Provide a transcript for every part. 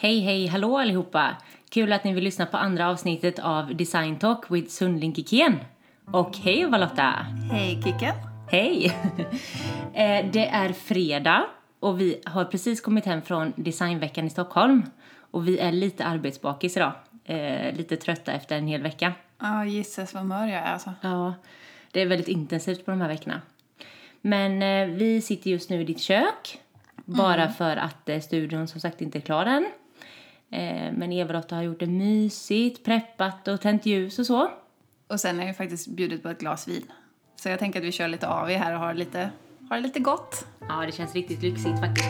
Hej, hallå allihopa! Kul att ni vill lyssna på andra avsnittet av Design Talk with Sundling Kiken. Och hej Valotta! Hej Kiken! Hej! Det är fredag och vi har precis kommit hem från Designveckan i Stockholm. Och vi är lite arbetsbakis idag. Lite trötta efter en hel vecka. Ja, gissas vad mör jag är alltså. Ja, det är väldigt intensivt på de här veckorna. Men vi sitter just nu i ditt kök. Bara för att studion som sagt inte är klar än. Men Eva-Lotta har gjort det mysigt, preppat och tänt ljus och så. Och sen är jag faktiskt bjudit på ett glas vin. Så jag tänker att vi kör lite AV här och har det lite gott. Ja, det känns riktigt lyxigt faktiskt.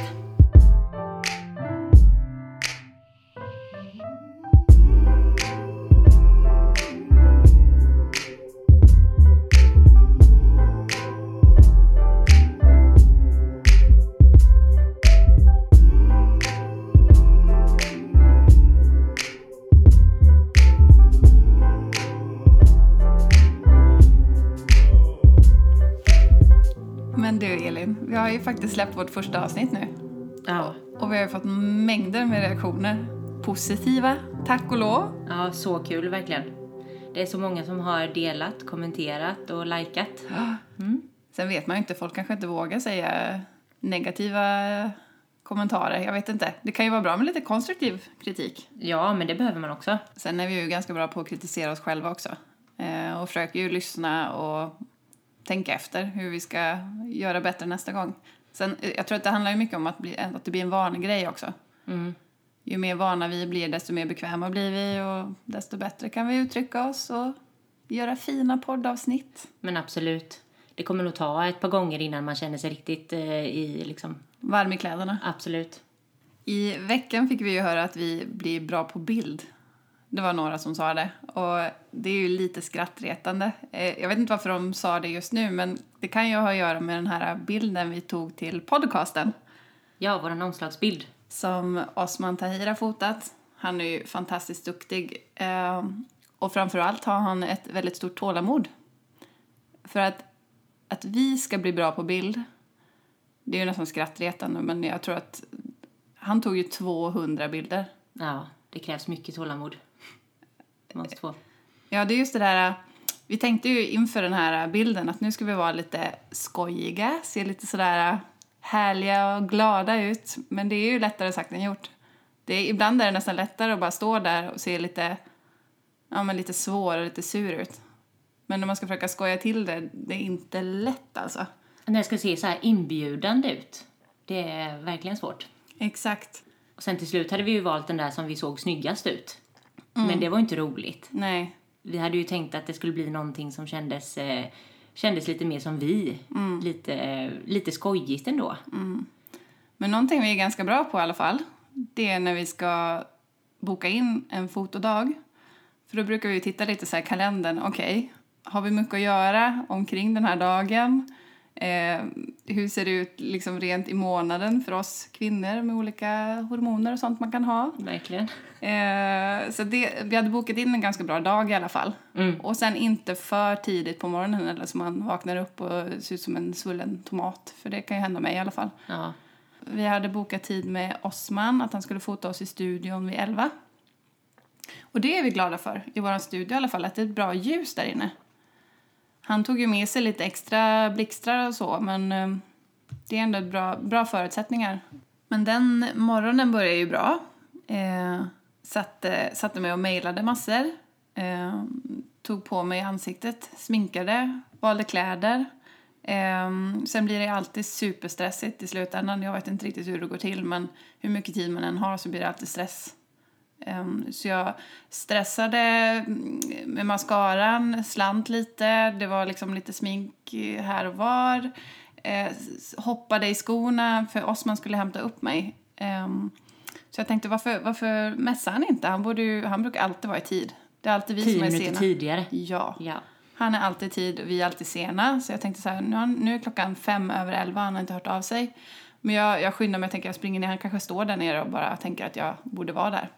Men du Elin, vi har ju faktiskt släppt vårt första avsnitt nu. Ja. Och vi har ju fått mängder med reaktioner. Positiva, tack och lov. Ja, så kul verkligen. Det är så många som har delat, kommenterat och likat. Sen vet man ju inte, folk kanske inte vågar säga negativa kommentarer. Jag vet inte. Det kan ju vara bra med lite konstruktiv kritik. Ja, men det behöver man också. Sen är vi ju ganska bra på att kritisera oss själva också. Och försöker ju lyssna och tänka efter hur vi ska göra bättre nästa gång. Sen, jag tror att det handlar ju mycket om att det blir en vanegrej också. Ju mer vana vi blir, desto mer bekväma blir vi. Och desto bättre kan vi uttrycka oss och göra fina poddavsnitt. Men absolut. Det kommer nog ta ett par gånger innan man känner sig riktigt Varm i kläderna. Absolut. I veckan fick vi ju höra att vi blir bra på bild. Det var några som sa det. Och det är ju lite skrattretande. Jag vet inte varför de sa det just nu. Men det kan ju ha att göra med den här bilden vi tog till podcasten. Ja, vår omslagsbild. Som Osman Tahir fotat. Han är ju fantastiskt duktig. Och framförallt har han ett väldigt stort tålamod. För att vi ska bli bra på bild. Det är ju nästan skrattretande. Men jag tror att han tog ju 200 bilder. Ja, det krävs mycket tålamod. Det måste få. Ja, det är just det där. Vi tänkte ju inför den här bilden att nu ska vi vara lite skojiga. Se lite sådär härliga och glada ut. Men det är ju lättare sagt än gjort. Ibland är det nästan lättare att bara stå där och se lite svår och lite sur ut. Men när man ska försöka skoja till det är inte lätt alltså. När jag ska se så här inbjudande ut. Det är verkligen svårt. Exakt. Och sen till slut hade vi ju valt den där som vi såg snyggast ut. Men det var inte roligt. Nej. Vi hade ju tänkt att det skulle bli någonting som kändes lite mer som vi. Lite skojigt ändå. Men någonting vi är ganska bra på i alla fall. Det är när vi ska boka in en fotodag. För då brukar vi titta lite så här i kalendern. Okej, har vi mycket att göra omkring den här dagen? Hur ser det ut liksom rent i månaden för oss kvinnor med olika hormoner och sånt man kan ha? Verkligen. Så vi hade bokat in en ganska bra dag i alla fall. Och sen inte för tidigt på morgonen eller så man vaknar upp och ser ut som en svullen tomat. För det kan ju hända mig i alla fall. Ja. Vi hade bokat tid med Osman att han skulle fota oss i studion vid 11. Och det är vi glada för i vår studio i alla fall, att det är ett bra ljus där inne. Han tog ju med sig lite extra blixtrar och så, men det är ändå bra förutsättningar. Men den morgonen började ju bra. Satte mig och mejlade massor. Tog på mig ansiktet, sminkade, valde kläder. Sen blir det alltid superstressigt i slutändan. Jag vet inte riktigt hur det går till, men hur mycket tid man än har så blir det alltid stress. Så jag stressade med mascaran, slant lite. Det var liksom lite smink här och var. Hoppade i skorna för Osman skulle hämta upp mig. Så jag tänkte, varför mässar han inte? Han brukar alltid vara i tid. Det är alltid vi som är sena. 10 minuter tidigare. Ja. Han är alltid i tid och vi är alltid sena. Så jag tänkte så här, nu är klockan 11:05. Han har inte hört av sig. Men jag skyndar mig, jag tänker jag springer ner. Han kanske står där nere och bara tänker att jag borde vara där.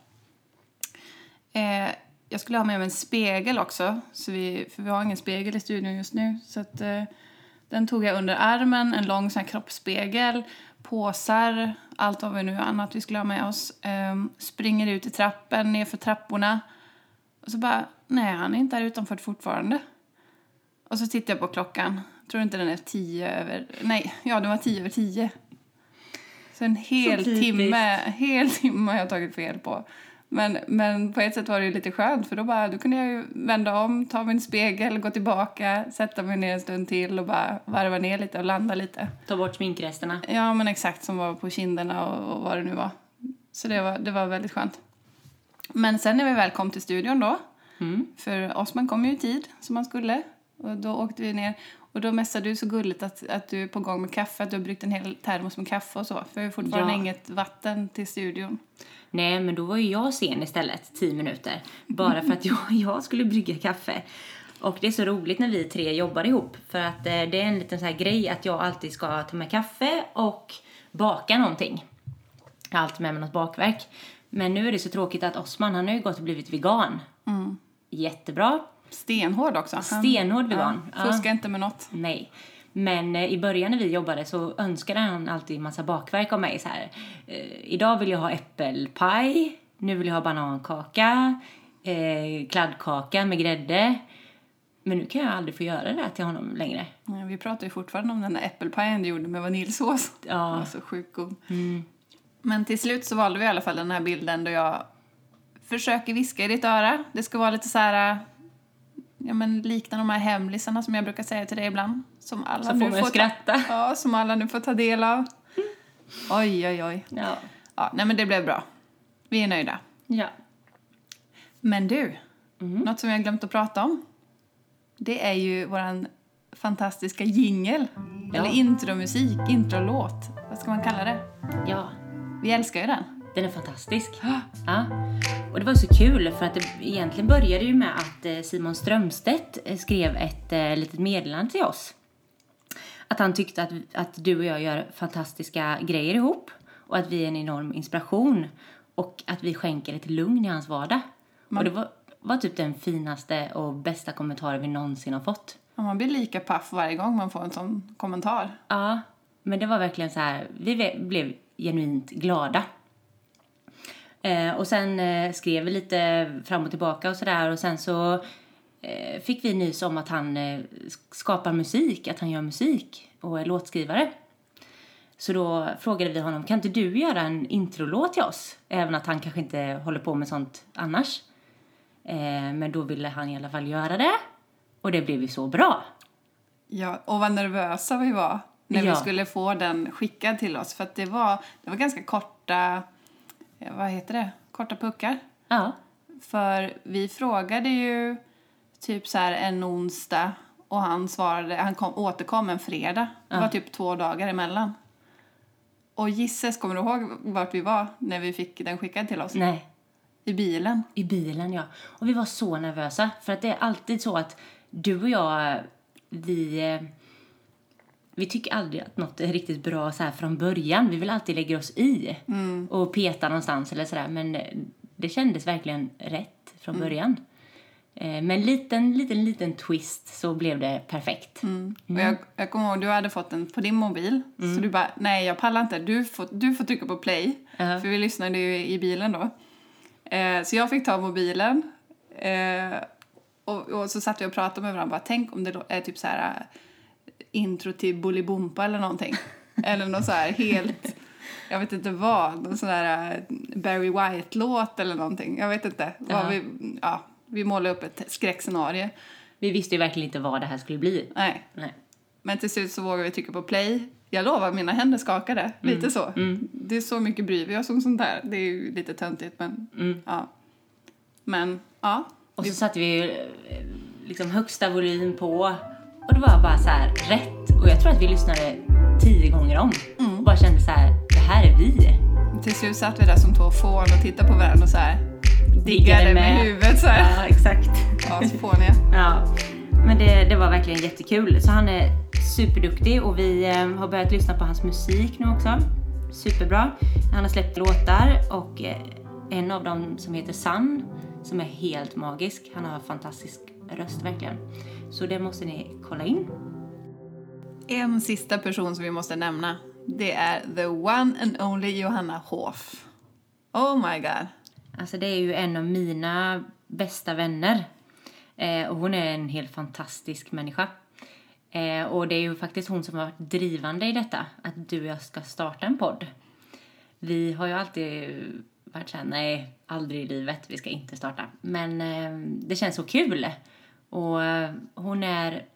Jag skulle ha med mig en spegel också. För vi har ingen spegel i studion just nu. Så att, den tog jag under armen. En lång sån här kroppsspegel. Påsar. allt vad vi nu annat vi skulle ha med oss. Springer ut i trappen, ner för trapporna. Och så bara, nej, han är inte här utanför fortfarande. Och så tittar jag på klockan. Tror inte den är 10 över... Nej, ja, det var 10 över 10. Så en hel timme har jag tagit fel på. Men på ett sätt var det ju lite skönt. För då kunde jag ju vända om, ta min spegel, gå tillbaka, sätta mig ner en stund till och bara varva ner lite och landa lite. Ta bort sminkresterna. Ja, men exakt, som var på kinderna och vad det nu var. Så det var väldigt skönt. Men sen när vi väl kom till studion då. För Osman kom ju i tid som han skulle. Och då åkte vi ner. Och då mässade du så gulligt att du är på gång med kaffe. Att du har bryggt en hel termos med kaffe och så. För vi har fortfarande inget vatten till studion. Nej, men då var ju jag sen istället 10 minuter. Bara för att jag skulle brygga kaffe. Och det är så roligt när vi 3 jobbar ihop. För att det är en liten så här grej att jag alltid ska ta med kaffe och baka någonting. Jag har alltid med mig något bakverk. Men nu är det så tråkigt att Osman, han har ju gått och blivit vegan. Jättebra. Stenhård också. Stenhård vegan. Fuska inte med något. Nej. Men i början när vi jobbade så önskade han alltid en massa bakverk av mig. Så här, idag vill jag ha äppelpaj. Nu vill jag ha banankaka. Kladdkaka med grädde. Men nu kan jag aldrig få göra det till honom längre. Ja, vi pratar ju fortfarande om den där äppelpajen du gjorde med vaniljsås. Ja. Det var så sjukt god. Men till slut så valde vi i alla fall den här bilden då jag försöker viska i ditt öra. Det ska vara lite så här... Ja, men liknar de här hemlisarna som jag brukar säga till dig ibland. Som alla så nu får skratta. Ja, som alla nu får ta del av. Oj. Ja. Ja, nej men det blev bra. Vi är nöjda. Ja. Men du, något som jag glömt att prata om. Det är ju våran fantastiska jingle. Ja. Eller intromusik, introlåt. Vad ska man kalla det? Ja. Vi älskar ju den. Den är fantastisk. Ja. Och det var så kul för att det egentligen började ju med att Simon Strömstedt skrev ett litet meddelande till oss. Att han tyckte att du och jag gör fantastiska grejer ihop. Och att vi är en enorm inspiration. Och att vi skänker ett lugn i hans vardag. Och det var typ den finaste och bästa kommentaren vi någonsin har fått. Ja, man blir lika paff varje gång man får en sån kommentar. Ja, men det var verkligen så här. Vi blev genuint glada. Och sen skrev vi lite fram och tillbaka och sådär. Och sen så fick vi nys om att han skapar musik. Att han gör musik och är låtskrivare. Så då frågade vi honom, kan inte du göra en introlåt till oss? Även att han kanske inte håller på med sånt annars. Men då ville han i alla fall göra det. Och det blev ju så bra. Ja, och vad nervösa vi var när vi skulle få den skickad till oss. För att det var ganska korta, vad heter det? Korta puckar. Ja. För vi frågade ju typ så här en onsdag och han svarade, återkom en fredag. Det var typ 2 dagar emellan. Och gisses, kommer du ihåg vart vi var när vi fick den skickad till oss? Nej. I bilen. I bilen, ja. Och vi var så nervösa. För att det är alltid så att du och jag, vi tycker aldrig att något är riktigt bra så här från början. Vi vill alltid lägga oss i och peta någonstans eller sådär. Men det kändes verkligen rätt från början. Men liten twist så blev det perfekt. Och jag kommer ihåg, du hade fått den på din mobil. Så du bara, nej jag pallar inte. Du får trycka på play. För vi lyssnade ju i bilen då. Så jag fick ta mobilen. Och så satt vi och pratade med varandra. Bara, tänk om det är typ så här intro till Bolibompa eller någonting. Eller något så här helt, jag vet inte vad. Någon sån där Barry White-låt eller någonting. Jag vet inte. Vi målade upp ett skräckscenario. Vi visste ju verkligen inte vad det här skulle bli. Nej. Men till slut så vågade vi trycka på play. Jag lovar, mina händer skakade. Lite så. Det är så mycket bryr vi oss om sånt där. Det är ju lite töntigt, men ja. Men, ja. Och så satte vi liksom högsta volym på. Och det var bara så här rätt. Och jag tror att vi lyssnade 10 gånger om. Och bara kände så här, det här är vi. Till slut satt vi där som 2 fån och tittade på varandra och så här. Diggade med huvudet så här. Ja, exakt. Ja, så fåniga. Ja, men det var verkligen jättekul. Så han är superduktig och vi har börjat lyssna på hans musik nu också. Superbra. Han har släppt låtar och en av dem som heter Sun, som är helt magisk. Han har en fantastisk röst verkligen. Så det måste ni kolla in. En sista person som vi måste nämna, Det är the one and only Johanna Hoff. Oh my god. Alltså det är ju en av mina bästa vänner. Och hon är en helt fantastisk människa. Och det är ju faktiskt hon som har varit drivande i detta. Att du och jag ska starta en podd. Vi har ju alltid varit såhär, nej, aldrig i livet, vi ska inte starta. Men det känns så kul. Och hon är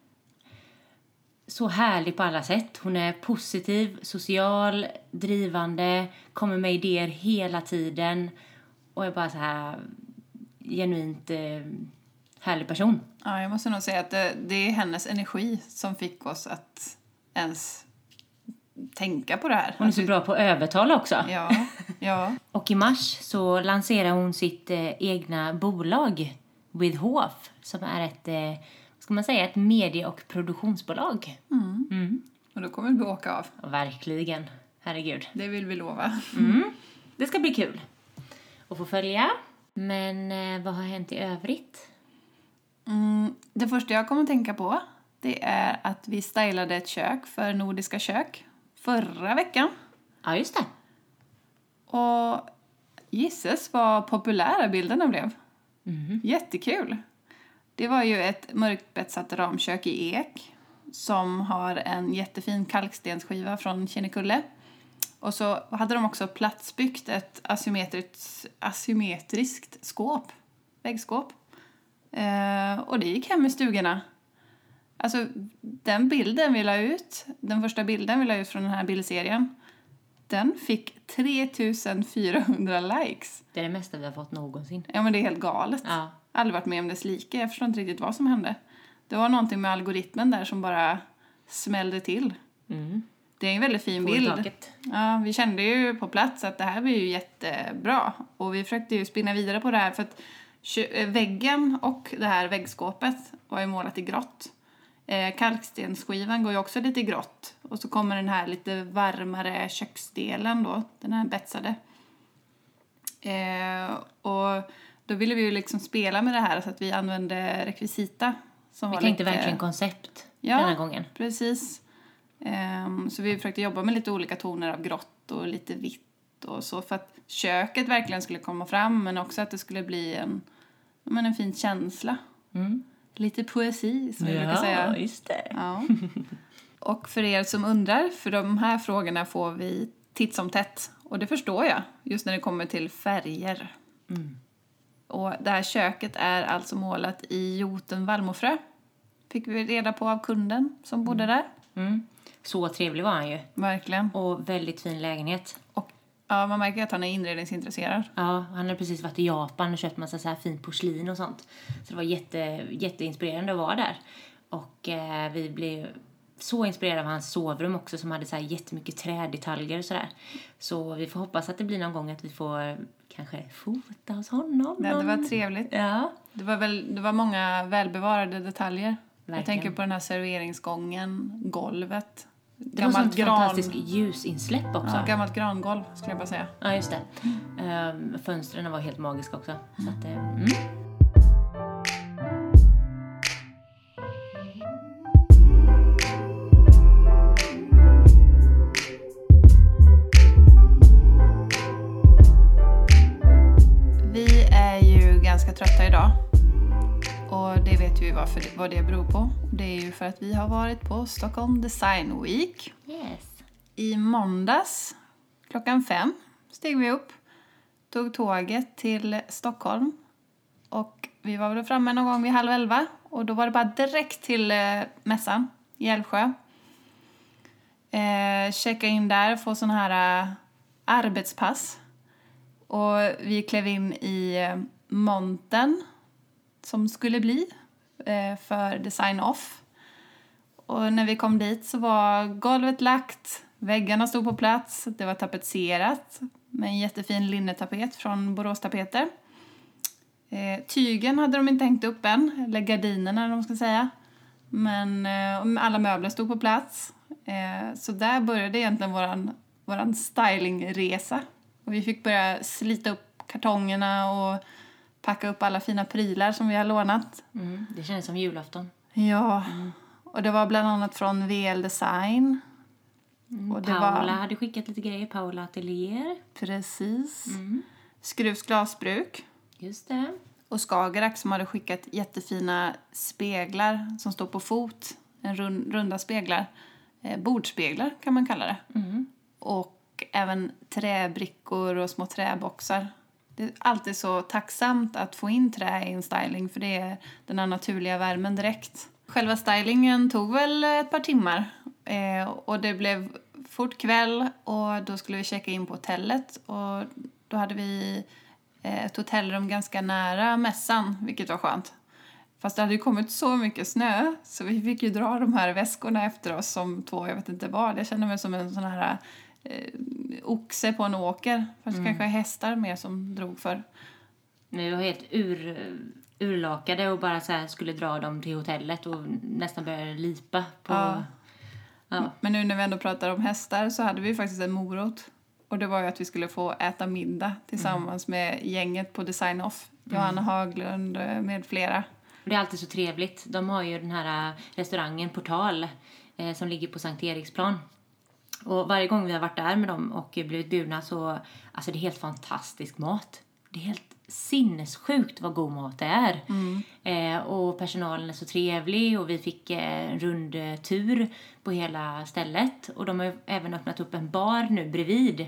så härlig på alla sätt. Hon är positiv, social, drivande, kommer med idéer hela tiden. Och är bara så här genuint härlig person. Ja, jag måste nog säga att det är hennes energi som fick oss att ens tänka på det här. Hon är så bra på att övertala också. Ja. Och i mars så lanserar hon sitt egna bolag, With Hof, som är ett, ska man säga, ett medie- och produktionsbolag. Och då kommer vi åka av. Verkligen, herregud. Det vill vi lova. Det ska bli kul att få följa. Men vad har hänt i övrigt? Det första jag kommer att tänka på, det är att vi stylade ett kök för Nordiska kök förra veckan. Ja, just det. Och gisses vad populära bilderna blev. Jättekul. Det var ju ett mörkbetsat ramkök i ek som har en jättefin kalkstensskiva från Kinnekulle. Och så hade de också platsbyggt ett asymmetriskt skåp, väggskåp. Och det gick hem i stugorna. Alltså den bilden vi la ut, den första bilden vi la ut från den här bildserien, den fick 3400 likes. Det är det mesta vi har fått någonsin. Ja, men det är helt galet. Ja. Aldrig varit med om dess like. Jag förstår inte riktigt vad som hände. Det var någonting med algoritmen där som bara smällde till. Det är en väldigt fin bild. Ja, vi kände ju på plats att det här blir ju jättebra. Och vi försökte ju spinna vidare på det här för att väggen och det här väggskåpet var ju målat i grått. Kalkstensskivan går ju också lite grått. Och så kommer den här lite varmare köksdelen då. Den här betsade. Och då ville vi ju liksom spela med det här så att vi använde rekvisita. Som Vi var tänkte lite... verkligen koncept den här gången. Precis. Så vi försökte jobba med lite olika toner av grått och lite vitt och så. För att köket verkligen skulle komma fram men också att det skulle bli en fin känsla. Lite poesi som vi brukar säga. Ja, just det. Ja. Och för er som undrar, för de här frågorna får vi titt som tätt. Och det förstår jag, just när det kommer till färger. Och det här köket är alltså målat i Jotun vallmofrö. Fick vi reda på av kunden som bodde där. Så trevlig var han ju. Verkligen. Och väldigt fin lägenhet. Och ja, man märker att han är inredningsintresserad. Ja, han hade precis varit i Japan och köpt massa så här fint porslin och sånt. Så det var jätteinspirerande att vara där. Och vi blev så inspirerade av hans sovrum också som hade så här jättemycket trädetaljer och sådär. Så vi får hoppas att det blir någon gång att vi får kanske fota hos honom. Ja, det var trevligt. Ja. Det var många välbevarade detaljer. Verkligen. Jag tänker på den här serveringsgången, golvet. Det var sånt fantastiskt ljusinsläpp också. Ja, gammalt grangolv skulle jag bara säga. Ja, just det. Fönstren var helt magiska också. Så att, Vi är ju ganska trötta idag. Och det vet vi vad det beror på. Det är ju för att vi har varit på Stockholm Design Week. Yes. I måndags klockan 5 steg vi upp. Tog tåget till Stockholm. Och vi var väl framme någon gång vid 10:30. Och då var det bara direkt till mässan i Älvsjö. Checka in där, få sån här arbetspass. Och vi klev in i montern som skulle bli för Design Off. Och när vi kom dit så var golvet lagt, väggarna stod på plats, det var tapetserat med en jättefin linnetapet från Borås Tapeter. Tygen hade de inte hängt upp än, eller gardinerna de ska säga. Men alla möbler stod på plats. Så där började egentligen våran stylingresa. Och vi fick börja slita upp kartongerna och packa upp alla fina prylar som vi har lånat. Det kändes som julafton. Ja, och det var bland annat från VL Design. Och det Paula hade skickat lite grejer. Paula Atelier. Precis. Skruvs glasbruk. Just det. Och Skagerrak som hade skickat jättefina speglar som står på fot. Runda speglar. Bordspeglar kan man kalla det. Och även träbrickor och små träboxar. Det är alltid så tacksamt att få in trä i en styling. För det är den här naturliga värmen direkt. Själva stylingen tog väl ett par timmar. Och det blev fort kväll. Och då skulle vi checka in på hotellet. Och då hade vi ett hotellrum ganska nära mässan. Vilket var skönt. Fast det hade ju kommit så mycket snö. Så vi fick ju dra de här väskorna efter oss som två, jag vet inte vad. Jag känner mig som en sån här oxe på en åker. Fast kanske hästar mer som drog för. Vi var helt urlakade och bara så här skulle dra dem till hotellet och nästan började lipa på... Ja. Men nu när vi ändå pratar om hästar så hade vi faktiskt en morot. Och det var ju att vi skulle få äta middag tillsammans med gänget på Design Off. Johanna Haglund med flera. Det är alltid så trevligt. De har ju den här restaurangen Portal som ligger på Sankt Eriksplan. Och varje gång vi har varit där med dem och blivit bjudna så... Alltså det är helt fantastisk mat. Det är helt sinnessjukt vad god mat det är. Och personalen är så trevlig och vi fick en rundtur på hela stället. Och de har även öppnat upp en bar nu bredvid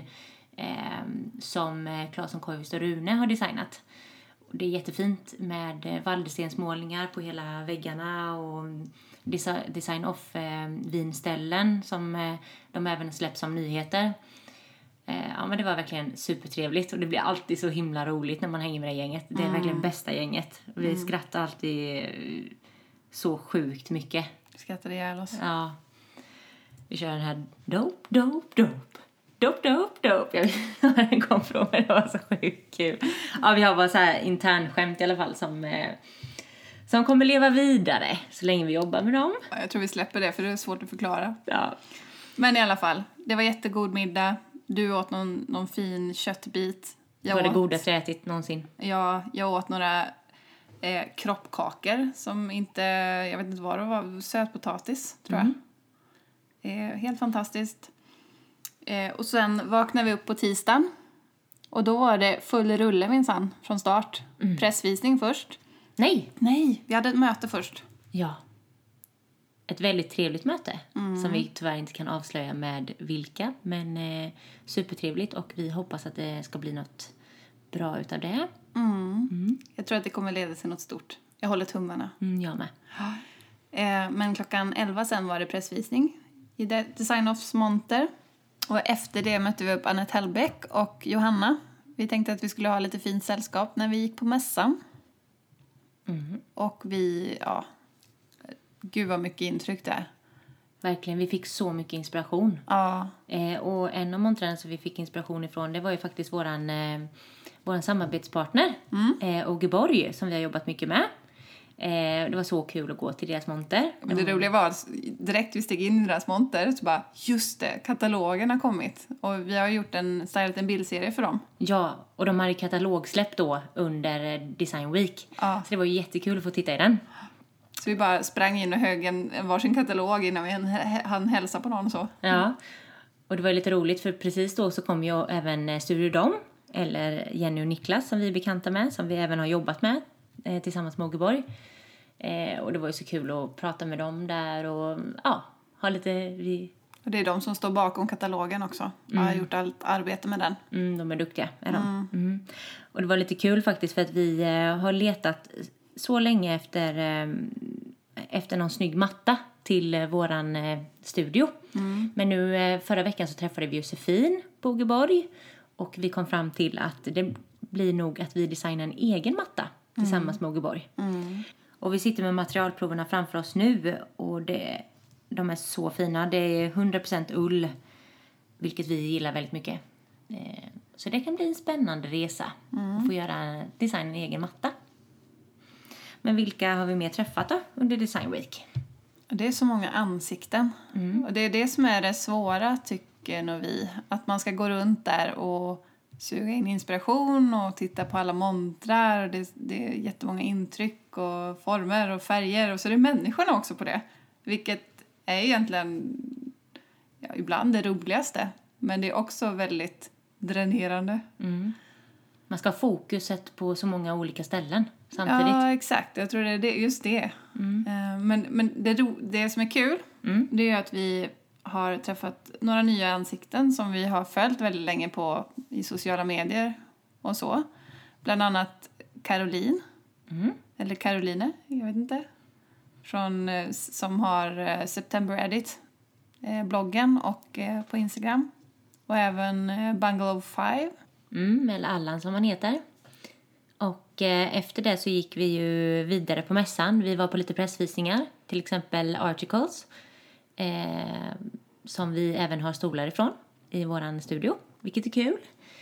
som Claesson Koivisto och Rune har designat. Och det är jättefint med vallstensmålningar på hela väggarna och design off vinställen som de även släpps som nyheter. Ja, men det var verkligen supertrevligt och det blir alltid så himla roligt när man hänger med det gänget. Det är verkligen bästa gänget. Vi skrattar alltid så sjukt mycket. Vi skrattade ihjäl oss. Ja. Vi kör den här dope, dope, dope. Dope, dope, dope. Jag vet inte var den kom från, men det var så sjukt kul. Ja, vi har bara så här internskämt i alla fall som kommer leva vidare så länge vi jobbar med dem. Ja, jag tror vi släpper det för det är svårt att förklara. Ja. Men i alla fall, det var jättegod middag. Du åt någon fin köttbit. Det var det godaste jag ätit någonsin. Ja, jag åt några kroppkakor som inte, jag vet inte vad det var, sötpotatis tror jag. Helt fantastiskt. Och sen vaknade vi upp på tisdagen. Och då var det full rulle minsann från start. Pressvisning först. Nej, vi hade ett möte först. Ja. Ett väldigt trevligt möte. Som vi tyvärr inte kan avslöja med vilka. Men supertrevligt. Och vi hoppas att det ska bli något bra utav det. Jag tror att det kommer leda till något stort. Jag håller tummarna. Jag med. Men klockan 11 sen var det pressvisning. I Design Offs monter. Och efter det mötte vi upp Annette Hellbeck och Johanna. Vi tänkte att vi skulle ha lite fint sällskap när vi gick på mässan. Och vi, gud vad mycket intryck där. Verkligen, vi fick så mycket inspiration. Ja. Och en av montrarna som vi fick inspiration ifrån, det var ju faktiskt våran samarbetspartner. Åge Borg, som vi har jobbat mycket med. Det var så kul att gå till deras monter. Men det roliga var att direkt vi steg in i deras monter så bara, just det, katalogen har kommit. Och vi har gjort stylat en bildserie för dem. Ja, och de hade katalogsläpp då under Design Week. Ja. Så det var ju jättekul att få titta i den. Så vi bara sprang in och högg en varsin katalog innan vi hann hälsa på någon och så. Ja, och det var lite roligt för precis då så kom ju även Studio Dom, eller Jenny och Niklas som vi är bekanta med, som vi även har jobbat med tillsammans med Ågeborg. Och det var ju så kul att prata med dem där och ha lite... Och det är de som står bakom katalogen också. Jag har gjort allt arbete med den. De är duktiga, är de. Och det var lite kul faktiskt för att vi har letat så länge efter någon snygg matta till våran studio. Men nu förra veckan så träffade vi Josefin på Ågeborg. Och vi kom fram till att det blir nog att vi designar en egen matta tillsammans med Ågeborg. Och vi sitter med materialproverna framför oss nu och de är så fina. Det är 100% ull, vilket vi gillar väldigt mycket. Så det kan bli en spännande resa att få designa en egen matta. Men vilka har vi mer träffat då under Design Week? Det är så många ansikten. Och det är det som är det svåra tycker nog vi. Att man ska gå runt där och suga in inspiration och titta på alla montrar. Det är jättemånga intryck och former och färger. Och så är det människorna också på det. Vilket är egentligen ibland det roligaste. Men det är också väldigt dränerande. Man ska ha fokuset på så många olika ställen samtidigt. Ja, exakt. Jag tror det är just det. Men det som är kul, det är att vi har träffat några nya ansikten som vi har följt väldigt länge på i sociala medier och så. Bland annat Caroline. Eller Caroline, jag vet inte. Som har September Edit, bloggen och på Instagram. Och även Bungalow 5. Eller Allan som han heter. Och efter det så gick vi ju vidare på mässan. Vi var på lite pressvisningar. Till exempel Articles. Som vi även har stolar ifrån i våran studio. Vilket är kul.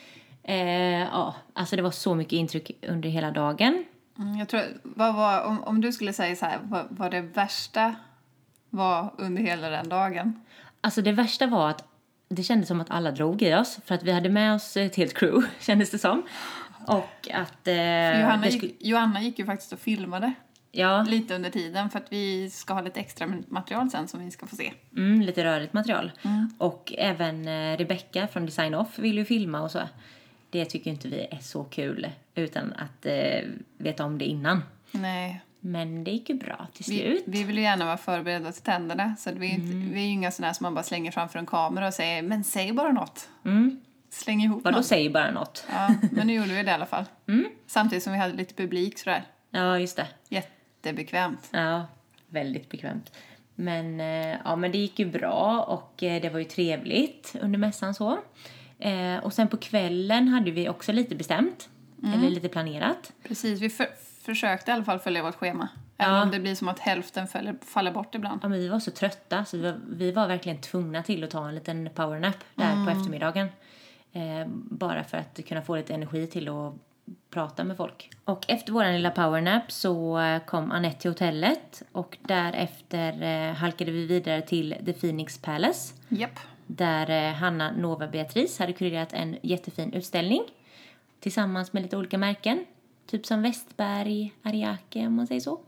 Alltså det var så mycket intryck under hela dagen. Jag tror, om du skulle säga så här, vad det värsta var under hela den dagen? Alltså det värsta var att det kändes som att alla drog i oss. För att vi hade med oss ett helt crew, kändes det som. Och att... Johanna gick ju faktiskt och filmade. Ja. Lite under tiden för att vi ska ha lite extra material sen som vi ska få se. Lite rörigt material. Och även Rebecca från Design Off vill ju filma och så. Det tycker inte vi är så kul utan att veta om det innan. Nej. Men det gick ju bra till slut. Vi vill ju gärna vara förberedda till tänderna. Så att vi är ju inga sådana som man bara slänger framför en kamera och säger men säg bara något. Släng ihop Vadå något. säg bara något? Ja, men nu gjorde vi det i alla fall. Samtidigt som vi hade lite publik sådär. Ja, just det. Jättebekvämt. Ja, väldigt bekvämt. Men det gick ju bra och det var ju trevligt under mässan så. Och sen på kvällen hade vi också lite bestämt. Eller lite planerat. Precis, vi försökte i alla fall följa vårt schema. Även om det blir som att hälften faller bort ibland. Ja, men vi var så trötta så vi var verkligen tvungna till att ta en liten powernap där på eftermiddagen. Bara för att kunna få lite energi till att prata med folk. Och efter våran lilla powernap så kom Annette till hotellet. Och därefter halkade vi vidare till The Phoenix Palace. Japp. Där Hanna Nova Beatrice hade kurerat en jättefin utställning. Tillsammans med lite olika märken. Typ som Westberg, Ariake om man säger så.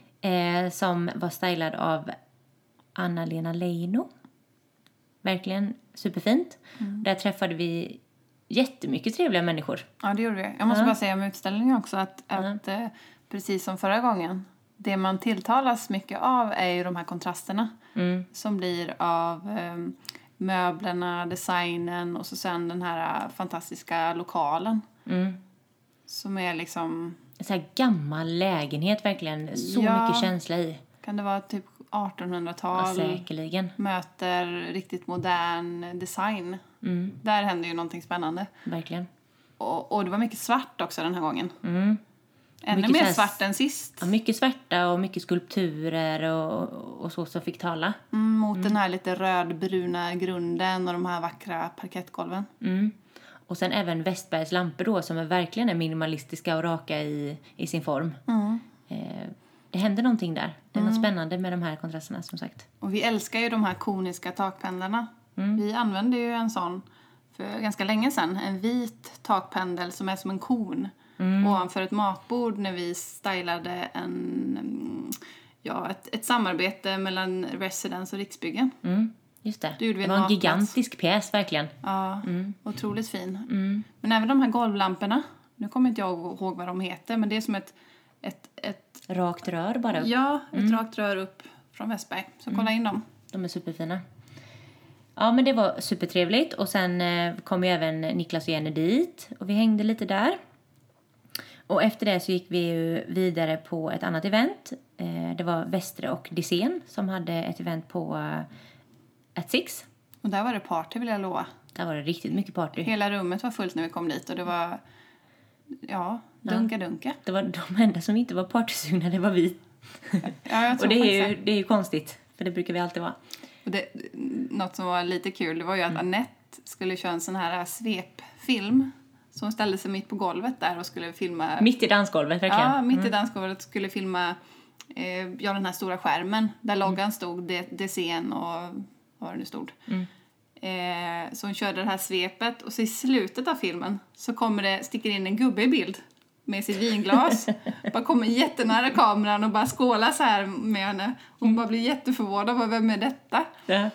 Som var stylad av Anna-Lena Leino. Verkligen superfint. Där träffade vi jättemycket trevliga människor. Ja, det gjorde vi. Jag måste bara säga om utställningen också att precis som förra gången. Det man tilltalas mycket av är ju de här kontrasterna. Som blir av möblerna, designen och så sen den här fantastiska lokalen. Som är liksom... En sån här gammal lägenhet verkligen. Så mycket känsla i. Kan det vara typ 1800-tal? Ja, säkerligen. Möter riktigt modern design. Där händer ju någonting spännande. Verkligen. Och det var mycket svart också den här gången. Ännu mer svart än sist. Ja, mycket svarta och mycket skulpturer och så som fick tala. Mot den här lite rödbruna grunden och de här vackra parkettgolven. Och sen även Westbergs lampor då som verkligen är minimalistiska och raka i sin form. Det händer någonting där. Det är något spännande med de här kontrasterna som sagt. Och vi älskar ju de här koniska takpendlarna. Vi använde ju en sån för ganska länge sedan. En vit takpendel som är som en kon. Ovanför ett matbord när vi stylade ett samarbete mellan Residence och Riksbyggen. Just det. Det var en gigantisk pjäs verkligen. Ja, otroligt fin. Men även de här golvlamporna. Nu kommer inte jag ihåg vad de heter. Men det är som ett rakt rör bara upp. Ja, ett rakt rör upp från Westberg. Så kolla in dem. De är superfina. Ja, men det var supertrevligt. Och sen kom ju även Niklas och Jenny dit. Och vi hängde lite där. Och efter det så gick vi ju vidare på ett annat event. Det var Västre och Disen som hade ett event på At Six. Och där var det party vill jag lova. Där var det riktigt mycket party. Hela rummet var fullt när vi kom dit och det var, dunka. Det var de enda som inte var partysugna, det var vi. Ja, jag tror och det är ju konstigt, för det brukar vi alltid vara. Och något som var lite kul, det var ju att Annette skulle köra en sån här svepfilm. Så hon ställde sig mitt på golvet där och skulle filma... Mitt i dansgolvet, verkligen. Ja, mitt i dansgolvet skulle filma den här stora skärmen. Där loggan stod, det scen och vad det nu stod. Så hon körde det här svepet. Och så i slutet av filmen så sticker in en gubbe i bild. Med sitt vinglas. Bara kommer jättenära kameran och bara skålar så här med henne. Hon bara blir jätteförvånad. Vem är detta? Ja.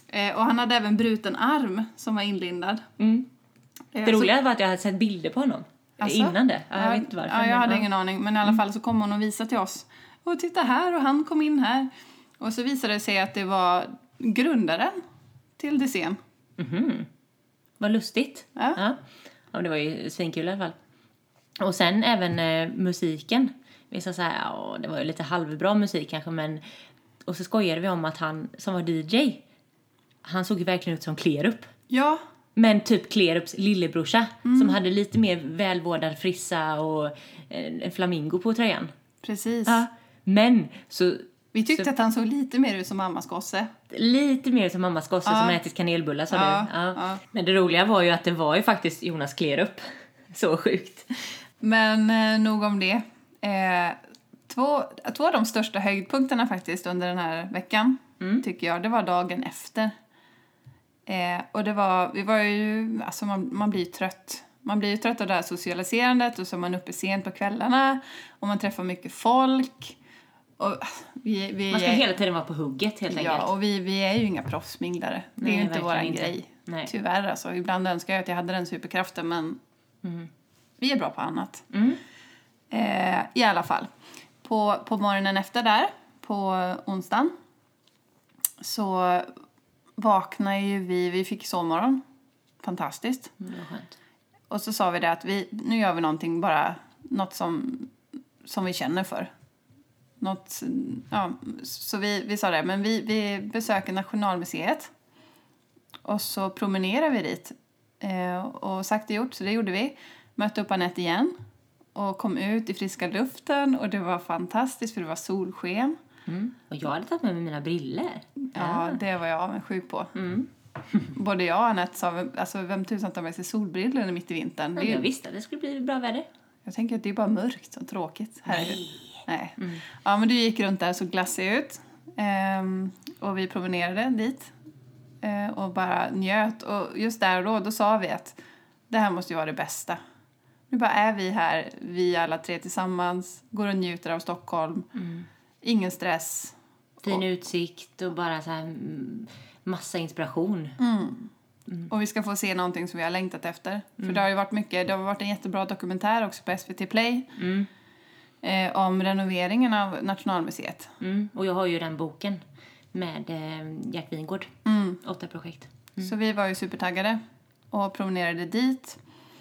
Och han hade även bruten arm som var inlindad. Det roliga var att jag hade sett bilder på honom. Alltså? Innan det. Ja, jag vet inte varför. Ja, jag hade ingen aning. Men i alla fall så kom hon och visade till oss. Och titta här, och han kom in här. Och så visade det sig att det var grundaren till DCM. Vad lustigt. Ja. Ja, det var ju svinkul i alla fall. Och sen även musiken. Vissa så här, ja, det var ju lite halvbra musik kanske, men... Och så skojade vi om att han som var DJ, han såg ju verkligen ut som Klerup. Ja. Men typ Klerups lillebrorsa, som hade lite mer välvårdad frissa och en flamingo på tröjan. Precis. Ja, men så... Vi tyckte att han såg lite mer ut som mammas gosse. Lite mer som mammas gosse som ätit kanelbullar, sa du. Ja. Men det roliga var ju att det var ju faktiskt Jonas Klerup. Så sjukt. Men nog om det. Två av de största höjdpunkterna faktiskt under den här veckan, tycker jag, det var dagen efter. Och vi var ju, alltså man blir trött. Man blir ju trött av det här socialiserandet, och så är man uppe sent på kvällarna och man träffar mycket folk. Och man ska hela tiden vara på hugget helt enkelt. Ja, och vi är ju inga proffsminglare. Det är ju inte våran grej. Nej. Tyvärr alltså. Ibland önskar jag att jag hade den superkraften, men vi är bra på annat. I alla fall. På morgonen efter där, på onsdagen, så vaknade ju vi fick sovmorgon. Fantastiskt. Det var skönt. Och så sa vi det att nu gör vi någonting, bara något som vi känner för. Så vi sa det, men vi besöker Nationalmuseet. Och så promenerar vi dit. Och sagt och gjort, så det gjorde vi. Mötte upp Anette igen. Och kom ut i friska luften. Och det var fantastiskt, för det var solsken. Och jag hade tagit med mig mina briller. Ja, det var jag sjuk på. Både jag och Anette sa, alltså vem tusan tar med sig solbriller mitt i vintern? Jag visste att det skulle bli bra väder. Jag tänker att det är bara mörkt och tråkigt. Nej. Ja, men du gick runt där så glassig ut. Och vi promenerade dit. Och bara njöt. Och just där och då sa vi att det här måste ju vara det bästa. Nu bara är vi här, vi alla tre tillsammans. Går och njuter av Stockholm. Ingen stress. Fin utsikt och bara så här massa inspiration. Och vi ska få se någonting som vi har längtat efter. För det har ju varit mycket, det har varit en jättebra dokumentär också på SVT Play. Om renoveringen av Nationalmuseet. Och jag har ju den boken med Gert Wingård. 8 projekt. Så vi var ju supertaggade och promenerade dit.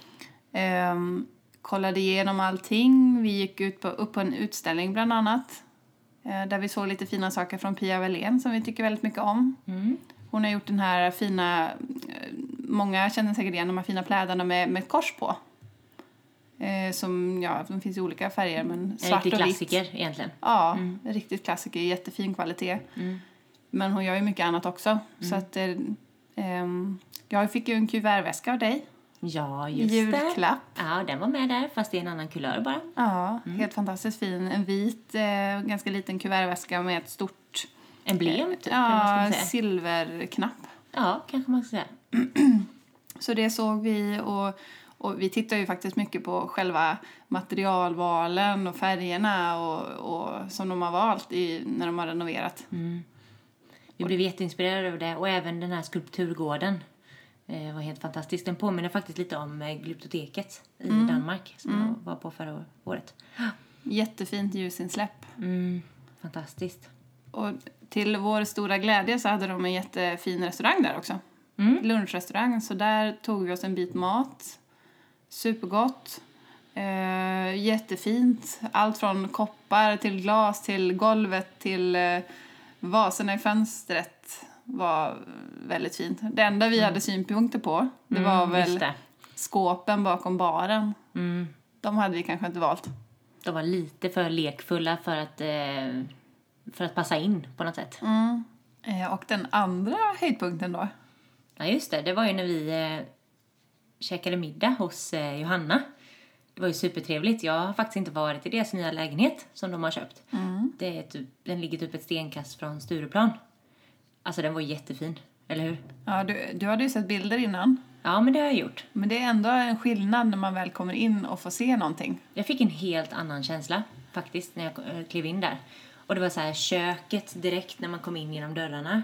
Kollade igenom allting. Vi gick upp på en utställning bland annat. Där vi såg lite fina saker från Pia Wallén som vi tycker väldigt mycket om. Hon har gjort den här fina, många känner säkert igen de här fina plädarna med ett kors på. Som, de finns i olika färger, men svart och vitt. En riktig klassiker egentligen. Ja, riktigt klassiker, jättefin kvalitet. Men hon gör ju mycket annat också. Så att jag fick ju en kuvertväska av dig. Ja, just julklapp. Det. Ja, den var med där, fast det är en annan kulör bara. Ja, helt fantastiskt fin. En vit, ganska liten kuvertväska med ett stort... Emblem, typ. Ja, silverknapp. Ja, kanske man ska säga. Så det såg vi, och vi tittar ju faktiskt mycket på själva materialvalen och färgerna och som de har valt när de har renoverat. Vi blev jätteinspirerade av det, och även den här skulpturgården var helt fantastisk. Den påminner faktiskt lite om Glyptoteket i Danmark som jag var på förra året. Jättefint ljusinsläpp. Fantastiskt. Och till vår stora glädje så hade de en jättefin restaurang där också. Lunchrestaurang. Så där tog vi oss en bit mat. Supergott. Jättefint. Allt från koppar till glas till golvet till vaserna i fönstret var väldigt fint. Det enda vi hade synpunkter på, det var väl skåpen bakom baren. De hade vi kanske inte valt. De var lite för lekfulla för att passa in på något sätt. Och den andra höjdpunkten då? Ja, just det. Det var ju när vi käkade middag hos Johanna. Det var ju supertrevligt. Jag har faktiskt inte varit i deras nya lägenhet som de har köpt. Den ligger typ ett stenkast från Stureplan. Alltså den var jättefin, eller hur? Ja, du hade ju sett bilder innan. Ja, men det har jag gjort. Men det är ändå en skillnad när man väl kommer in och får se någonting. Jag fick en helt annan känsla faktiskt när jag klev in där. Och det var så här köket direkt när man kom in genom dörrarna.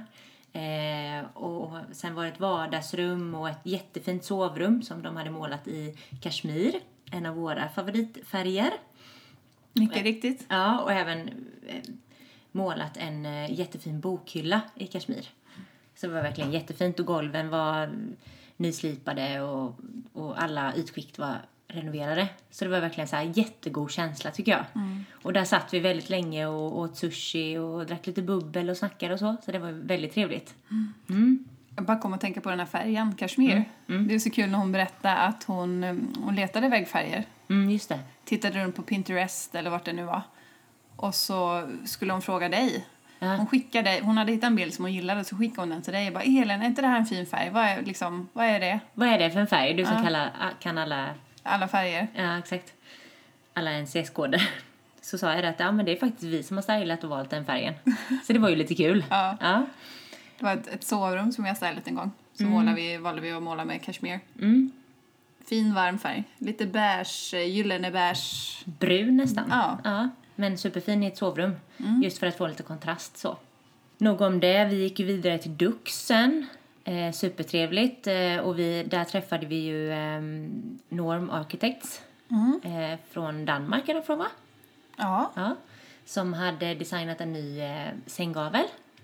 Och sen var det ett vardagsrum och ett jättefint sovrum som de hade målat i kashmir. En av våra favoritfärger. Mycket riktigt. Ja, och även målat en jättefin bokhylla i kashmir. Så det var verkligen jättefint och golven var nyslipade och alla ytskikt var renoverade. Så det var verkligen så här jättegod känsla tycker jag. Och där satt vi väldigt länge och åt sushi och drack lite bubbel och snackade och så. Så det var väldigt trevligt. Jag bara kom att tänka på den här färgen, kashmir. Det är så kul när hon berättade att hon letade väggfärger. Just det. Tittade runt på Pinterest eller vart det nu var. Och så skulle hon fråga dig. Ja. Hon hade hittat en bild som hon gillade, så skickade hon den till dig. Jag bara, Elin, är inte det här en fin färg? Vad är det? Vad är det för en färg? Du som kan alla färger. Ja, exakt. Alla NCS-koder. Så sa jag att men det är faktiskt vi som har stylat och valt den färgen. Så det var ju lite kul. Ja. Det var ett sovrum som jag stylat en gång. Så valde vi att måla med kashmir. Fin varm färg. Lite beige, gyllene beige. Brun nästan. Ja. Men superfin i ett sovrum. Just för att få lite kontrast så. Nog om det. Vi gick ju vidare till Duxen. Supertrevligt. Och där träffade vi ju Norm Architects. Från Danmark är de från, va? Ja. Som hade designat en ny sänggavel.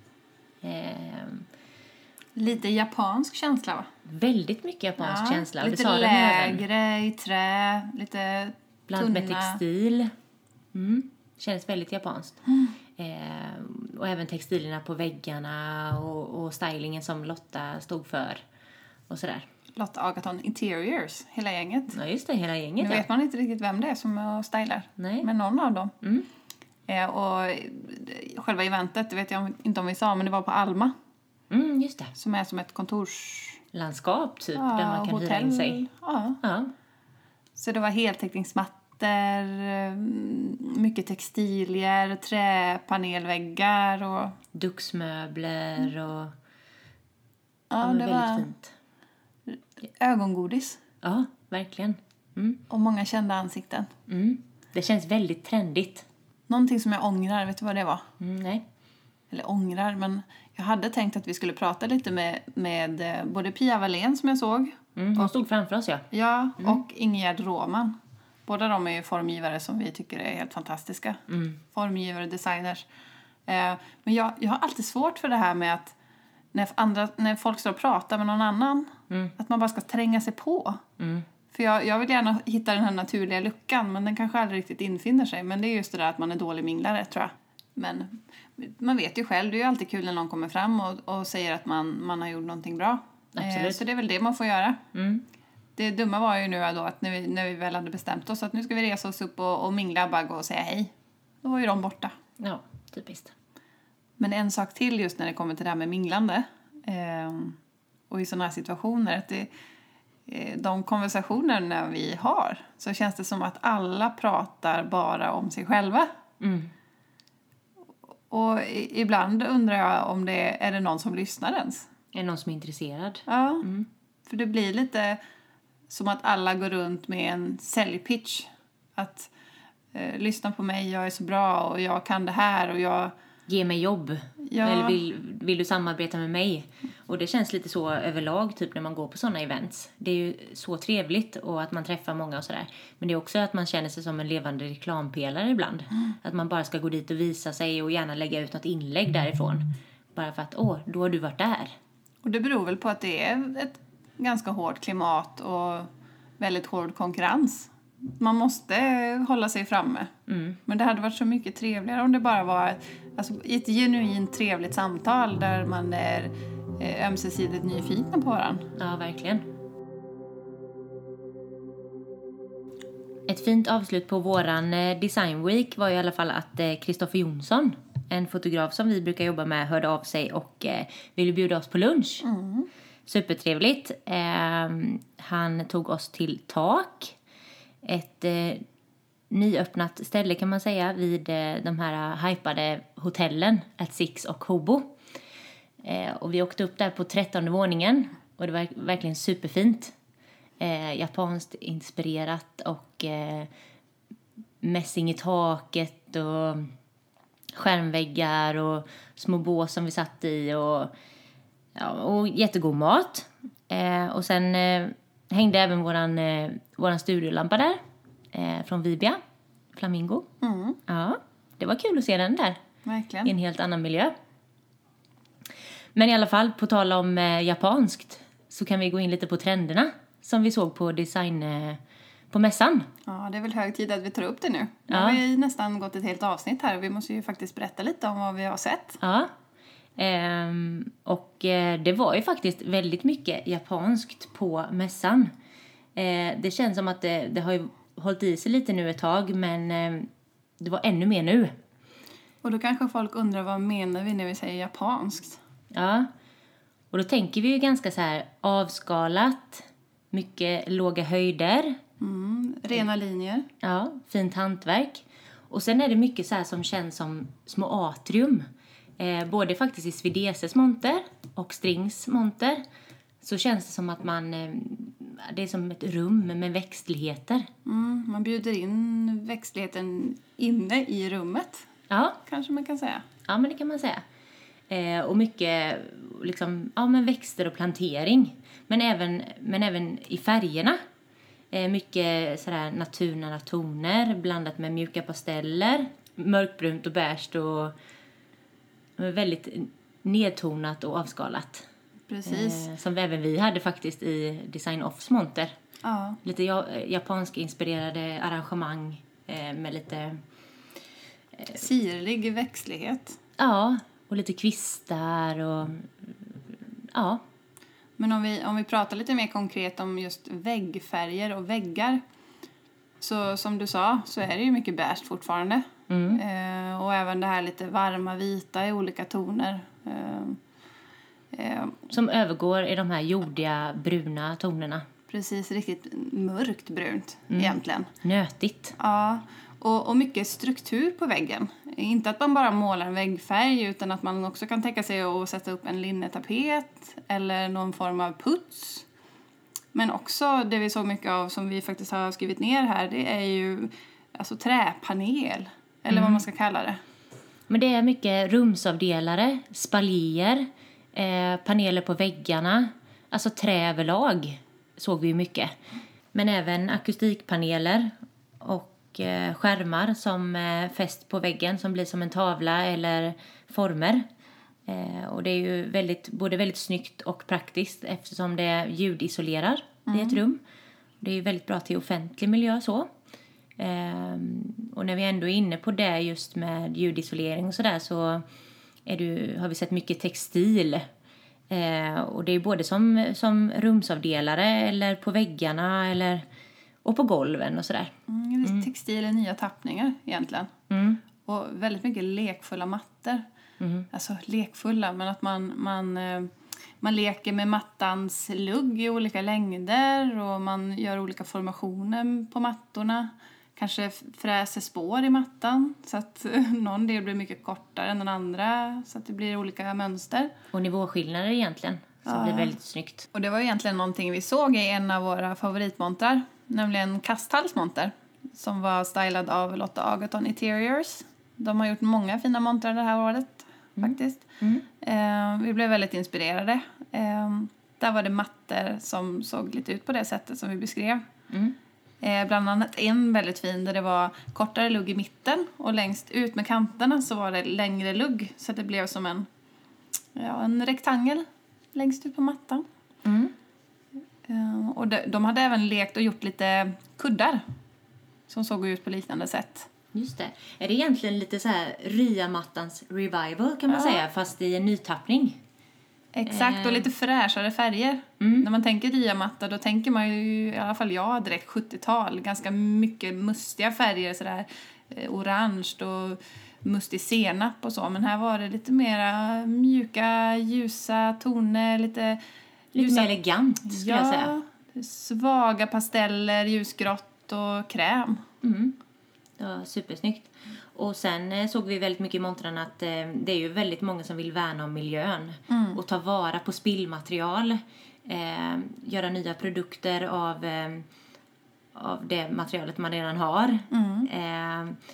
Lite japansk känsla, va? Väldigt mycket japansk känsla. Lite lägre i trä, lite bland med textil. Känns väldigt japanskt. Och även textilerna på väggarna och stylingen som Lotta stod för. Och sådär. Lotta Agaton Interiors, hela gänget. Ja, just det, hela gänget. Nu vet man inte riktigt vem det är som stylar. Nej. Men någon av dem. Och själva eventet, det vet jag inte om vi sa, men det var på Alma. Just det. Som är som ett landskap typ, där man kan hyra in sig. Ja. Så det var heltäckningsmattor, mycket textilier, träpanelväggar och duxmöbler och det väldigt var fint. Ögongodis. Ja, verkligen. Och många kända ansikten. Det känns väldigt trendigt. Någonting som jag ångrar, vet du vad det var? Nej. Eller ångrar, men jag hade tänkt att vi skulle prata lite med både Pia Wallén som jag såg. Hon stod framför oss, ja. Ja, och Ingegerd Råman. Båda de är ju formgivare som vi tycker är helt fantastiska. Formgivare, designers. Men jag har alltid svårt för det här med att när folk står och pratar med någon annan, att man bara ska tränga sig på. För jag vill gärna hitta den här naturliga luckan, men den kanske aldrig riktigt infinner sig. Men det är just det där att man är dålig minglare, tror jag. Men man vet ju själv, det är ju alltid kul när någon kommer fram och säger att man har gjort någonting bra. Absolut. Så det är väl det man får göra. Det dumma var ju nu då att när vi väl hade bestämt oss att nu ska vi resa oss upp och mingla bara och säga hej. Då var ju de borta. Ja, typiskt. Men en sak till just när det kommer till det här med minglande. Och i sådana här situationer. Att de konversationerna vi har, så känns det som att alla pratar bara om sig själva. Och ibland undrar jag om är det någon som lyssnar ens. Är det någon som är intresserad? Ja, för det blir lite som att alla går runt med en säljpitch. Att lyssna på mig, jag är så bra och jag kan det här och jag... Ge mig jobb. Ja. Eller vill du samarbeta med mig? Och det känns lite så överlag typ när man går på sådana events. Det är ju så trevligt och att man träffar många och sådär. Men det är också att man känner sig som en levande reklampelare ibland. Att man bara ska gå dit och visa sig och gärna lägga ut något inlägg därifrån. Bara för att, då har du varit där. Och det beror väl på att det är ett ganska hårt klimat och väldigt hård konkurrens. Man måste hålla sig framme. Men det hade varit så mycket trevligare om det bara var ett genuint trevligt samtal där man är ömsesidigt nyfikna på varandra. Ja, verkligen. Ett fint avslut på våran Design Week var i alla fall att Kristoffer Jonsson, en fotograf som vi brukar jobba med, hörde av sig och ville bjuda oss på lunch. Supertrevligt. Han tog oss till Tak. Ett nyöppnat ställe kan man säga vid de här hypade hotellen At Six och Hobo. Och vi åkte upp där på 13:e våningen och det var verkligen superfint. Japanskt inspirerat och mässing i taket och skärmväggar och små bås som vi satt i och Ja, och jättegod mat. Och sen hängde även våran studiolampa där. Från Vibia. Flamingo. Ja, det var kul att se den där. Verkligen. I en helt annan miljö. Men i alla fall, på tal om japanskt, så kan vi gå in lite på trenderna som vi såg på design på mässan. Ja, det är väl hög tid att vi tar upp det nu. Nu Ja. har vi nästan gått ett helt avsnitt här och vi måste ju faktiskt berätta lite om vad vi har sett. Ja. Och det var ju faktiskt väldigt mycket japanskt på mässan. Det känns som att det har ju hållit i sig lite nu ett tag, men det var ännu mer nu. Och då kanske folk undrar vad menar vi när vi säger japanskt? Ja, och då tänker vi ju ganska så här avskalat, mycket låga höjder. Rena linjer. Ja, fint hantverk. Och sen är det mycket så här som känns som små atrium. Både faktiskt i Swedeses monter och Strings monter. Så känns det som att det är som ett rum med växtligheter. Man bjuder in växtligheten inne i rummet. Ja. Kanske man kan säga. Ja, men det kan man säga. Och mycket liksom, ja, men växter och plantering. Men även i färgerna. Mycket sådär naturnära toner blandat med mjuka pasteller. Mörkbrunt och beige och väldigt nedtonat och avskalat. Precis. Som även vi hade faktiskt i Design Offs monter. Ja. Lite japanska inspirerade arrangemang med lite... Sirlig växtlighet. Ja, och lite kvistar och... Ja. Men om vi pratar lite mer konkret om just väggfärger och väggar. Så som du sa så är det ju mycket beige fortfarande. Och även det här lite varma vita i olika toner. Som övergår i de här jordiga bruna tonerna. Precis, riktigt mörkt brunt egentligen. Nötigt. Ja, och mycket struktur på väggen. Inte att man bara målar en väggfärg utan att man också kan tänka sig att sätta upp en linnetapet eller någon form av puts. Men också det vi såg mycket av som vi faktiskt har skrivit ner här, det är ju alltså träpanel eller vad man ska kalla det. Men det är mycket rumsavdelare, spaljer, paneler på väggarna, alltså trä överlag såg vi ju mycket. Men även akustikpaneler och skärmar som fäst på väggen som blir som en tavla eller former. Och det är ju både väldigt snyggt och praktiskt eftersom det ljudisolerar i ett rum. Det är ju väldigt bra till offentlig miljö så. Och när vi ändå är inne på det just med ljudisolering och sådär så har vi sett mycket textil. Och det är både som rumsavdelare eller på väggarna och på golven och sådär. Textil är nya tappningar egentligen. Och väldigt mycket lekfulla mattor. Alltså lekfulla, men att man leker med mattans lugg i olika längder och man gör olika formationer på mattorna. Kanske fräser spår i mattan så att någon del blir mycket kortare än den andra så att det blir olika mönster. Och nivåskillnader egentligen som blir väldigt snyggt. Och det var egentligen någonting vi såg i en av våra favoritmontrar, nämligen kasthalsmonter som var stylad av Lotta Agaton Interiors. De har gjort många fina montrar det här året faktiskt. Vi blev väldigt inspirerade. Där var det mattor som såg lite ut på det sättet som vi beskrev. Bland annat en väldigt fin där det var kortare lugg i mitten och längst ut med kanterna så var det längre lugg så att det blev som en rektangel längst ut på mattan. Och de hade även lekt och gjort lite kuddar som såg ut på liknande sätt. Just det. Är det egentligen lite så här Ria-mattans revival kan man säga fast i en nytappning? Exakt, och lite fräschare färger. När man tänker Ria-matta då tänker man ju, i alla fall jag, direkt 70-tal. Ganska mycket mustiga färger, sådär orange och mustig senap och så. Men här var det lite mera mjuka, ljusa toner, lite mer elegant skulle jag säga. Svaga pasteller, ljusgrått och kräm. Det var supersnyggt. Och sen såg vi väldigt mycket i montrarna att det är ju väldigt många som vill värna om miljön. Och ta vara på spillmaterial. Göra nya produkter av det materialet man redan har.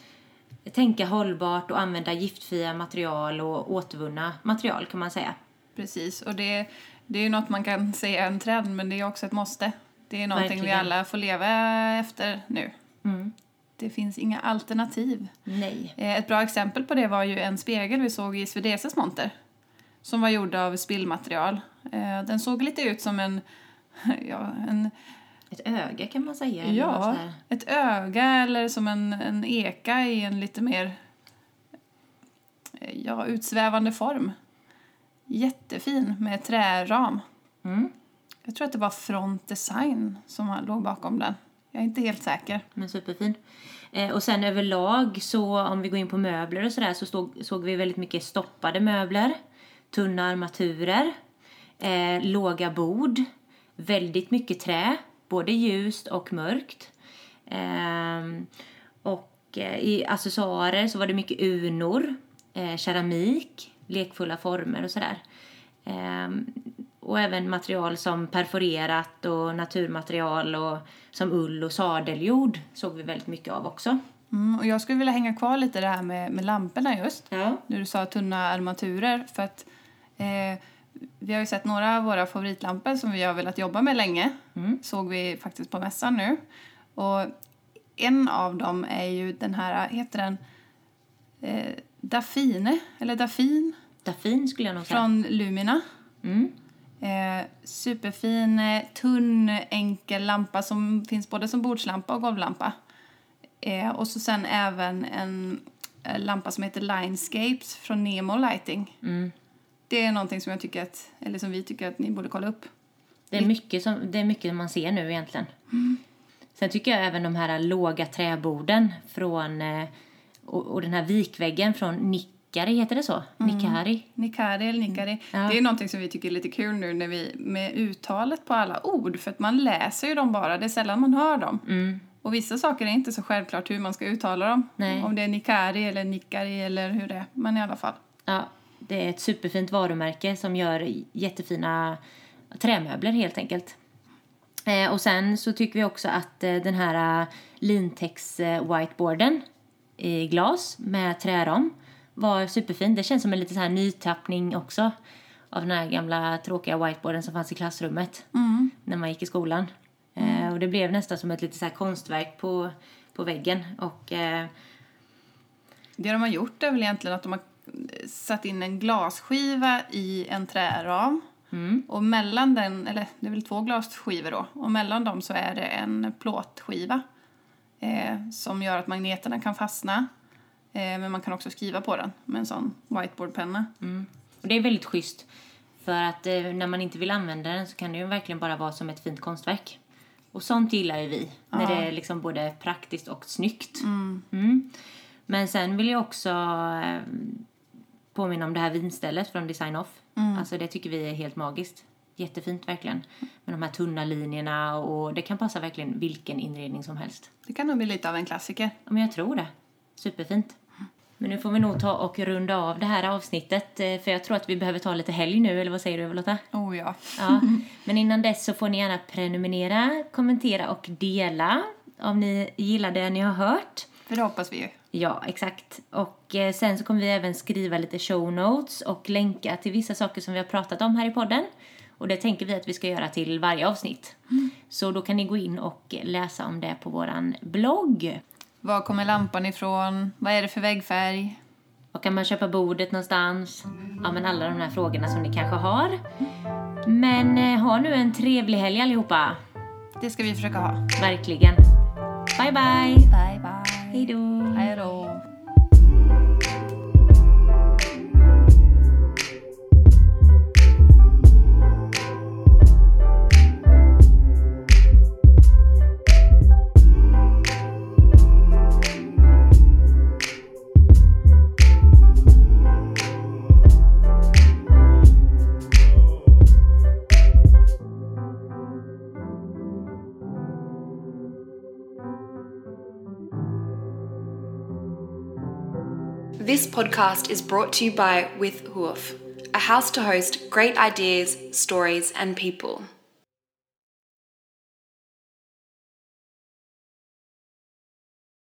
Tänka hållbart och använda giftfria material och återvunna material kan man säga. Precis, och det är ju något man kan säga en trend, men det är också ett måste. Det är någonting Verkligen. vi alla får leva efter nu. Det finns inga alternativ. Nej. Ett bra exempel på det var ju en spegel vi såg i Swedeses monter. Som var gjord av spillmaterial. Den såg lite ut som en Ett öga kan man säga. Eller ja, något sådär. ett öga eller som en eka i en lite mer utsvävande form. Jättefin med träram. Jag tror att det var Front Design som låg bakom den. Jag är inte helt säker. Men superfin. Och sen överlag så om vi går in på möbler och sådär så såg vi väldigt mycket stoppade möbler. Tunna armaturer. Låga bord. Väldigt mycket trä. Både ljust och mörkt. Och i accessoarer så var det mycket urnor. Keramik. Lekfulla former och sådär. Och även material som perforerat och naturmaterial och som ull och sadeljord såg vi väldigt mycket av också. Och jag skulle vilja hänga kvar lite det här med lamporna just. Ja. När du sa tunna armaturer. För att vi har ju sett några av våra favoritlampor som vi har velat jobba med länge. Såg vi faktiskt på mässan nu. Och en av dem är ju den här, heter den Daphine? Eller Daphine? Daphine skulle jag nog säga. Från Lumina. Superfin, tunn, enkel lampa som finns både som bordslampa och golvlampa. Och så sen även en lampa som heter Linescapes från Nemo Lighting. Det är någonting som jag tycker som vi tycker att ni borde kolla upp. Det är mycket man ser nu egentligen. Sen tycker jag även de här låga träborden från och den här vikväggen från Nikkari, heter det så? Nikkari eller Nikkari. Det är någonting som vi tycker är lite kul nu när vi med uttalet på alla ord. För att man läser ju dem bara, det är sällan man hör dem. Och vissa saker är inte så självklart hur man ska uttala dem. Nej. Om det är Nikkari eller Nikkari eller hur det är. Men i alla fall. Ja, det är ett superfint varumärke som gör jättefina trämöbler helt enkelt. Och sen så tycker vi också att den här Lintex whiteboarden i glas med träram var superfin. Det känns som en lite så här nytappning också av den här gamla tråkiga whiteboarden som fanns i klassrummet när man gick i skolan. Och det blev nästan som ett lite så här konstverk på väggen. Och det de har gjort är väl egentligen att de har satt in en glasskiva i en träram. Och mellan den, eller det är väl 2 glasskivor då. Och mellan dem så är det en plåtskiva som gör att magneterna kan fastna. Men man kan också skriva på den med en sån whiteboardpenna. Och det är väldigt schysst. För att när man inte vill använda den så kan det ju verkligen bara vara som ett fint konstverk. Och sånt gillar ju vi. När det är liksom både praktiskt och snyggt. Men sen vill jag också påminna om det här vinstället från Design Off. Alltså det tycker vi är helt magiskt. Jättefint verkligen. Med de här tunna linjerna och det kan passa verkligen vilken inredning som helst. Det kan nog bli lite av en klassiker. Ja, men jag tror det. Superfint. Men nu får vi nog ta och runda av det här avsnittet. För jag tror att vi behöver ta lite helg nu. Eller vad säger du, Lotta? Oh ja. Ja. Men innan dess så får ni gärna prenumerera, kommentera och dela. Om ni gillar det ni har hört. För det hoppas vi ju. Ja, exakt. Och sen så kommer vi även skriva lite show notes och länka till vissa saker som vi har pratat om här i podden. Och det tänker vi att vi ska göra till varje avsnitt. Så då kan ni gå in och läsa om det på våran blogg. Var kommer lampan ifrån? Vad är det för väggfärg? Var kan man köpa bordet någonstans? Ja, men alla de här frågorna som ni kanske har. Men ha nu en trevlig helg allihopa. Det ska vi försöka ha. Verkligen. Bye bye. Bye bye. Hej då. Hej då. This podcast is brought to you by With Hoof, a house to host great ideas, stories, and people.